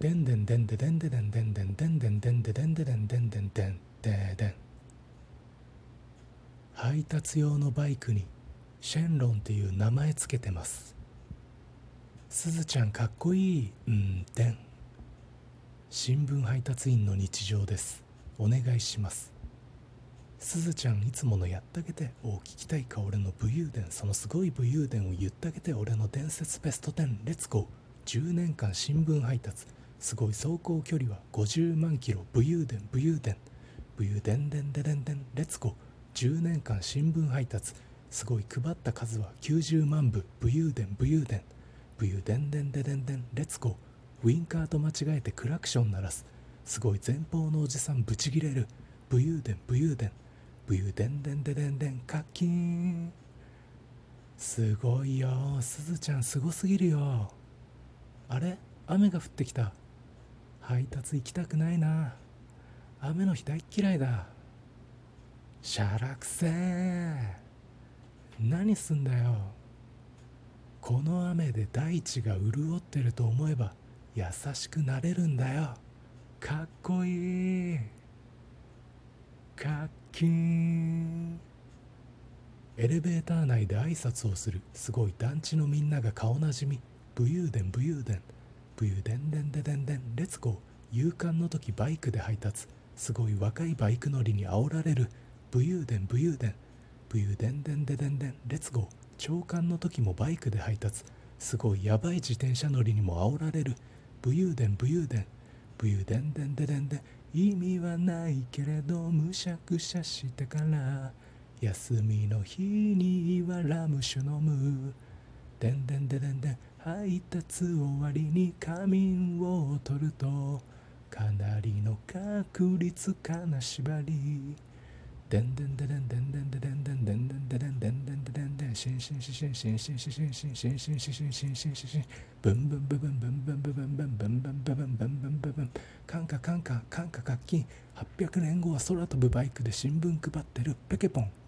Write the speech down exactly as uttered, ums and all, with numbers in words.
でんでんでんででんででんでんでんでんでんでんででんででんでんでんでんででん。配達用のバイクにシェンロンっていう名前つけてます。すずちゃんかっこいい。うんでん。新聞配達員の日常です。お願いします。すずちゃんいつものやってあげて。お聞きたいか俺の武勇伝。そのすごい武勇伝を言ってあげて。俺の伝説ベストじゅうレッツゴー。じゅうねんかん新聞配達、すごい走行距離はごじゅうまんキロ。武勇伝武勇伝武勇伝でんでんでんでんレッツゴー。じゅうねんかん新聞配達、すごい配った数はきゅうじゅうまんぶ。武勇伝武勇伝武勇伝でんでんでんでんレッツゴー。ウィンカーと間違えてクラクション鳴らす、すごい前方のおじさんブチギレる。武勇伝武勇伝武勇伝でんでんでんでんカッキーン。すごいよ、すずちゃんすごすぎるよ。あれ、雨が降ってきた。配達行きたくないな。雨の日大っ嫌いだ。しゃらくせー。何すんだよ。この雨で大地が潤ってると思えば優しくなれるんだよ。かっこいい。かっきーん。エレベーター内で挨拶をする、すごい団地のみんなが顔なじみ。武勇伝武勇伝武勇伝でんでんでんでんレッツゴー。夕刊の時バイクで配達、すごい若いバイク乗りに煽られる。武勇伝武勇伝武勇伝でんでんでんでんレッツゴー。朝刊の時もバイクで配達、すごいヤバい自転車乗りにも煽られる。武勇伝武勇伝武勇伝でんでんでんでん。意味はないけれどむしゃくしゃしてから、休みの日にはラム酒飲む。でんでんでんでんでん配達終わりに仮眠を取ると、かなりの確率金縛り。でんでんでんでんでんでんでんでんでんでんでんでんでんでんでんでんしんしんしんしんしんしんしんしんしんしんしんしんしんしんしんしんしんブンブンブブンブンブンブブンブンブンブンブブンブンブンブブン。カンカカンカカンカカッキン。はっぴゃくねんごは空飛ぶバイクで新聞配ってる。ペケポン。